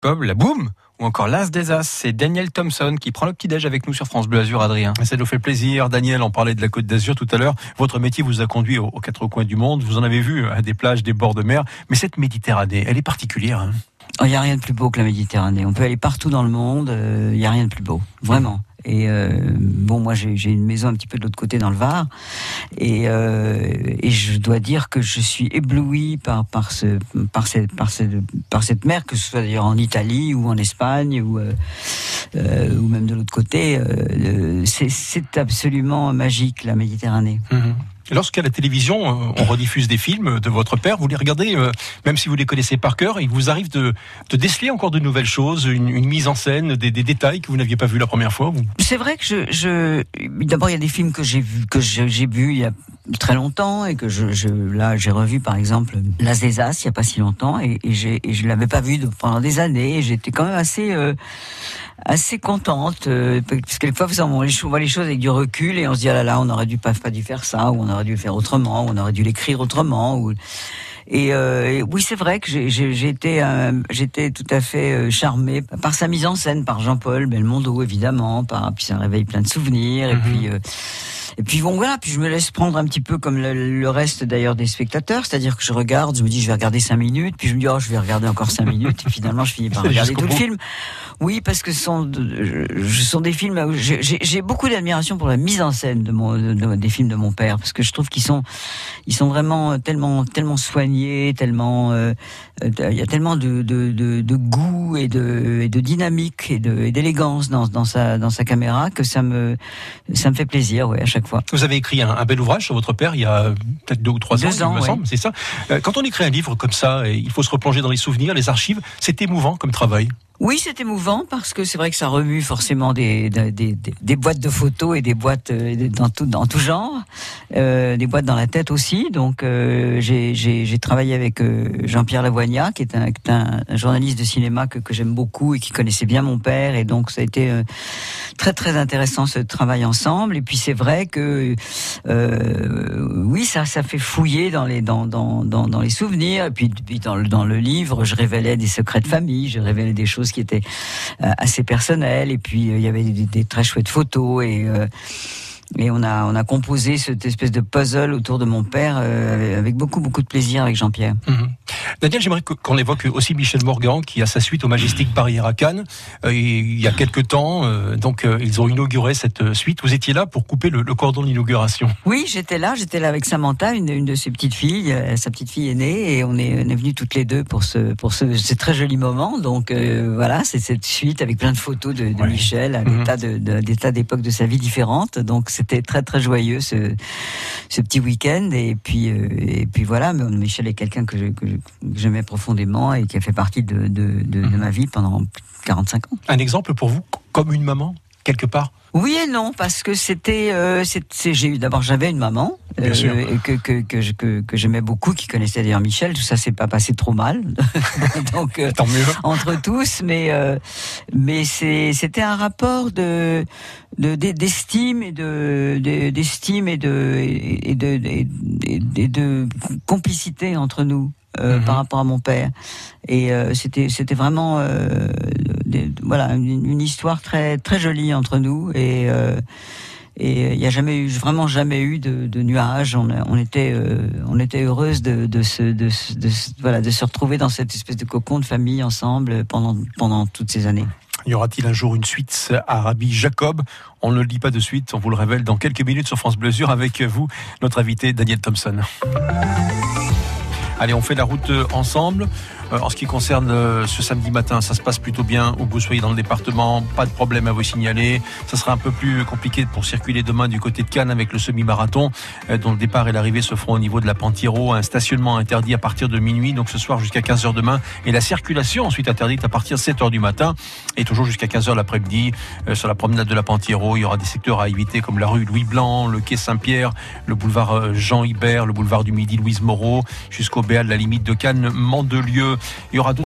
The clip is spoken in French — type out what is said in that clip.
Comme la boum ou encore l'As des As, c'est Daniel Thompson qui prend le petit-déj avec nous sur France Bleu Azur, Adrien. Ça nous fait plaisir. Daniel, on parlait de la Côte d'Azur tout à l'heure. Votre métier vous a conduit aux quatre coins du monde. Vous en avez vu à des plages, des bords de mer. Mais cette Méditerranée, elle est particulière. Hein. Il n'y a rien de plus beau que la Méditerranée. On peut aller partout dans le monde, il n'y a rien de plus beau, vraiment. Et moi j'ai une maison un petit peu de l'autre côté dans le Var, et je dois dire que je suis ébloui par cette mer, que ce soit d'ailleurs en Italie ou en Espagne ou même de l'autre côté. C'est absolument magique, la Méditerranée. Mmh. Lorsqu'à la télévision, on rediffuse des films de votre père, vous les regardez, même si vous les connaissez par cœur, il vous arrive de déceler encore de nouvelles choses, une mise en scène, des détails que vous n'aviez pas vus la première fois. C'est vrai que d'abord il y a des films que j'ai vus il y a très longtemps et que j'ai revu, par exemple L'As des As il y a pas si longtemps, et je l'avais pas vu pendant des années, et j'étais quand même assez contente, parce que quelquefois on voit les choses avec du recul et on se dit ah là on aurait pas dû faire ça, ou on aurait dû le faire autrement, ou on aurait dû l'écrire autrement, et oui, c'est vrai que j'étais tout à fait charmée par sa mise en scène, par Jean-Paul Belmondo évidemment, puis ça réveille plein de souvenirs, et puis bon voilà, puis je me laisse prendre un petit peu comme le reste d'ailleurs des spectateurs, c'est-à-dire que je regarde, je me dis je vais regarder 5 minutes, puis je me dis je vais regarder encore 5 minutes, et finalement je finis par regarder tout le film. Oui, parce que ce sont des films où j'ai beaucoup d'admiration pour la mise en scène des films de mon père, parce que je trouve qu'ils sont vraiment tellement soignés, tellement il y a tellement de goût et de dynamique et d'élégance dans sa caméra, que ça me fait plaisir, ouais, à chaque fois. Vous avez écrit un bel ouvrage sur votre père il y a peut-être 2 ou 3 ans, il me semble, c'est ça. Quand on écrit un livre comme ça, il faut se replonger dans les souvenirs, les archives. C'est émouvant comme travail. Oui, c'est émouvant, parce que c'est vrai que ça remue forcément des boîtes de photos et des boîtes dans tout genre, des boîtes dans la tête aussi. Donc j'ai travaillé avec Jean-Pierre Lavoignat, qui est un journaliste de cinéma que j'aime beaucoup et qui connaissait bien mon père, et donc ça a été très très intéressant, ce travail ensemble. Et puis c'est vrai que oui, ça fait fouiller dans les souvenirs. Et puis dans le livre, je révélais des secrets de famille, je révélais des choses qui étaient assez personnelles, et puis il y avait des très chouettes photos, et on a composé cette espèce de puzzle autour de mon père avec beaucoup de plaisir avec Jean-Pierre. Daniel, j'aimerais qu'on évoque aussi Michel Morgan, qui a sa suite au Majestic Barrière à Cannes. Il y a quelques temps, ils ont inauguré cette suite. Vous étiez là pour couper le cordon de l'inauguration. Oui, j'étais là avec Samantha, une de ses petites filles. Sa petite fille est née, et on est venus toutes les deux pour ce très joli moment. Donc voilà, c'est cette suite avec plein de photos de Michel à des tas d'époques de sa vie différentes. Donc c'était très très joyeux ce petit week-end, et puis voilà. Michel est quelqu'un que j'aimais profondément et qui a fait partie de ma vie pendant plus de 45 ans. Un exemple pour vous, comme une maman, quelque part? Oui et non, parce que j'avais une maman que j'aimais beaucoup, qui connaissait d'ailleurs Michel. Tout ça s'est pas passé trop mal, donc tant mieux entre tous. Mais c'était un rapport d'estime et de complicité entre nous. Par rapport à mon père, et c'était vraiment une histoire très très jolie entre nous, et il y a vraiment jamais eu de nuages. On était heureuses de se retrouver dans cette espèce de cocon de famille ensemble pendant toutes ces années. Y aura-t-il un jour une suite à Rabbi Jacob? On ne le dit pas de suite, on vous le révèle dans quelques minutes sur France Bleu Azur, avec vous, notre invité Daniel Thompson. Allez, on fait la route ensemble. En ce qui concerne ce samedi matin, ça se passe plutôt bien où vous soyez dans le département, pas de problème à vous signaler. Ça sera un peu plus compliqué pour circuler demain du côté de Cannes avec le semi-marathon, dont le départ et l'arrivée se feront au niveau de la Pantiro. Un stationnement interdit à partir de minuit, donc ce soir jusqu'à 15h demain, et la circulation ensuite interdite à partir de 7h du matin et toujours jusqu'à 15h l'après-midi. Sur la promenade de la Pantiro, il y aura des secteurs à éviter comme la rue Louis Blanc, le quai Saint-Pierre, le boulevard Jean Hibert, le boulevard du Midi Louise Moreau, jusqu'au Béal, la limite de Cannes, Mandelieu. Il y aura